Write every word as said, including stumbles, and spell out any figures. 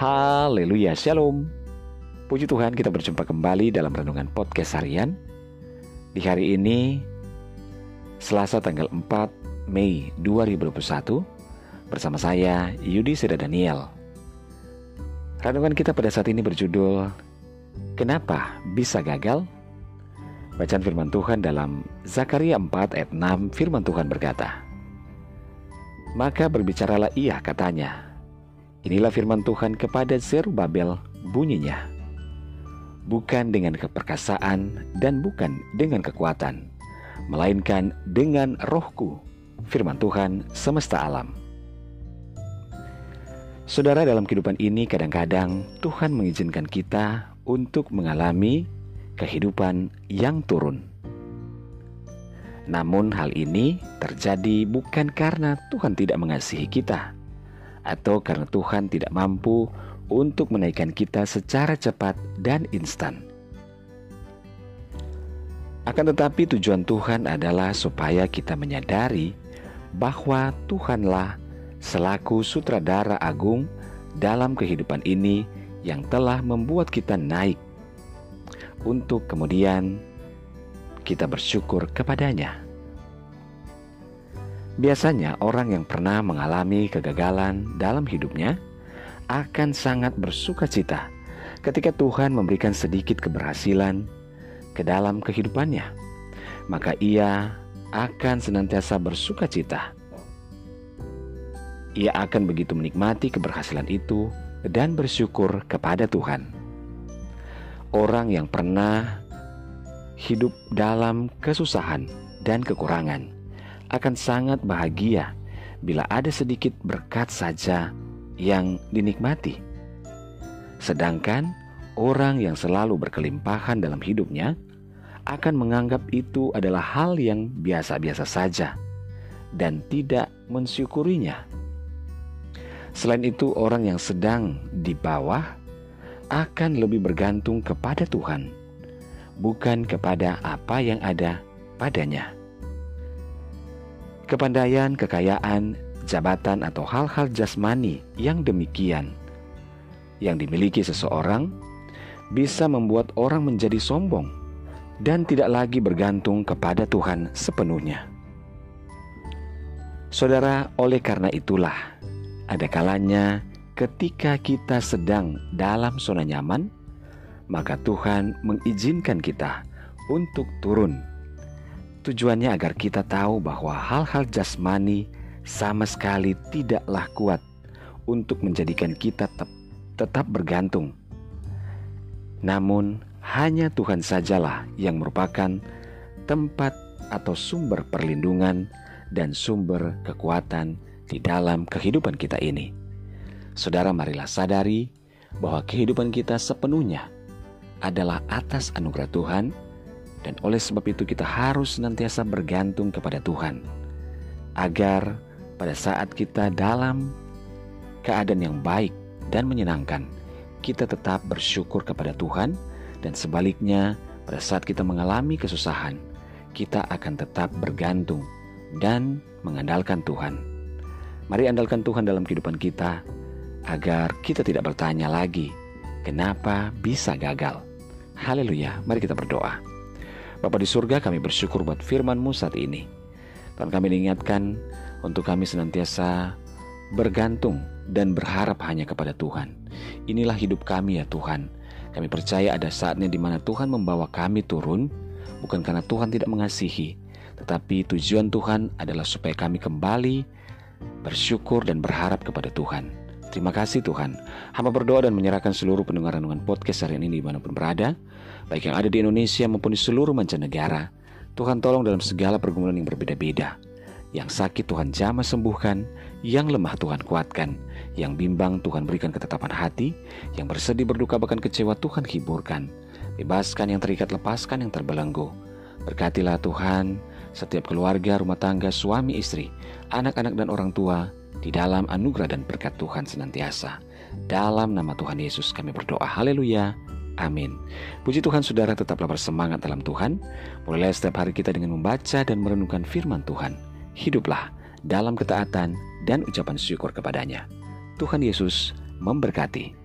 Haleluya, Shalom. Puji Tuhan, kita berjumpa kembali dalam Renungan Podcast Harian. Di hari ini, Selasa tanggal empat Mei dua ribu dua puluh satu, bersama saya, Yudi Seda Daniel. Renungan kita pada saat ini berjudul, Kenapa Bisa Gagal? Bacaan firman Tuhan dalam Zakaria empat ayat enam, firman Tuhan berkata, Maka berbicaralah ia, katanya, Inilah firman Tuhan kepada Zerubabel, bunyinya, bukan dengan keperkasaan dan bukan dengan kekuatan, melainkan dengan rohku, firman Tuhan semesta alam. Saudara, dalam kehidupan ini kadang-kadang Tuhan mengizinkan kita untuk mengalami kehidupan yang turun. Namun hal ini terjadi bukan karena Tuhan tidak mengasihi kita, atau karena Tuhan tidak mampu untuk menaikkan kita secara cepat dan instan. Akan tetapi tujuan Tuhan adalah supaya kita menyadari bahwa Tuhanlah selaku sutradara agung dalam kehidupan ini yang telah membuat kita naik, untuk kemudian kita bersyukur kepadanya. Biasanya orang yang pernah mengalami kegagalan dalam hidupnya akan sangat bersuka cita ketika Tuhan memberikan sedikit keberhasilan ke dalam kehidupannya. Maka ia akan senantiasa bersuka cita. Ia akan begitu menikmati keberhasilan itu dan bersyukur kepada Tuhan. Orang yang pernah hidup dalam kesusahan dan kekurangan akan sangat bahagia bila ada sedikit berkat saja yang dinikmati. Sedangkan orang yang selalu berkelimpahan dalam hidupnya akan menganggap itu adalah hal yang biasa-biasa saja dan tidak mensyukurinya. Selain itu, orang yang sedang di bawah akan lebih bergantung kepada Tuhan, bukan kepada apa yang ada padanya. Kepandaian, kekayaan, jabatan, atau hal-hal jasmani yang demikian yang dimiliki seseorang bisa membuat orang menjadi sombong dan tidak lagi bergantung kepada Tuhan sepenuhnya. Saudara, oleh karena itulah ada kalanya ketika kita sedang dalam zona nyaman, maka Tuhan mengizinkan kita untuk turun. Tujuannya agar kita tahu bahwa hal-hal jasmani sama sekali tidaklah kuat untuk menjadikan kita tetap, tetap bergantung. Namun hanya Tuhan sajalah yang merupakan tempat atau sumber perlindungan dan sumber kekuatan di dalam kehidupan kita ini. Saudara, marilah sadari bahwa kehidupan kita sepenuhnya adalah atas anugerah Tuhan. Dan oleh sebab itu kita harus senantiasa bergantung kepada Tuhan, agar pada saat kita dalam keadaan yang baik dan menyenangkan, kita tetap bersyukur kepada Tuhan. Dan sebaliknya, pada saat kita mengalami kesusahan, kita akan tetap bergantung dan mengandalkan Tuhan. Mari andalkan Tuhan dalam kehidupan kita, agar kita tidak bertanya lagi, kenapa bisa gagal. Haleluya, mari kita berdoa. Bapa di surga, kami bersyukur buat firman-Mu saat ini. Tuhan, kami diingatkan untuk kami senantiasa bergantung dan berharap hanya kepada Tuhan. Inilah hidup kami ya Tuhan. Kami percaya ada saatnya di mana Tuhan membawa kami turun, bukan karena Tuhan tidak mengasihi, tetapi tujuan Tuhan adalah supaya kami kembali bersyukur dan berharap kepada Tuhan. Terima kasih Tuhan. Hamba berdoa dan menyerahkan seluruh pendengar renungan podcast hari ini dimanapun berada, baik yang ada di Indonesia maupun di seluruh mancanegara. Tuhan tolong dalam segala pergumulan yang berbeda-beda. Yang sakit Tuhan jamah sembuhkan, yang lemah Tuhan kuatkan, yang bimbang Tuhan berikan ketetapan hati, yang bersedih berduka bahkan kecewa Tuhan hiburkan. Bebaskan yang terikat, lepaskan yang terbelenggu. Berkatilah Tuhan setiap keluarga, rumah tangga, suami, istri, anak-anak dan orang tua, di dalam anugerah dan berkat Tuhan senantiasa. Dalam nama Tuhan Yesus kami berdoa. Haleluya. Amin. Puji Tuhan, saudara, tetaplah bersemangat dalam Tuhan. Mulailah setiap hari kita dengan membaca dan merenungkan firman Tuhan. Hiduplah dalam ketaatan dan ucapan syukur kepadanya. Tuhan Yesus memberkati.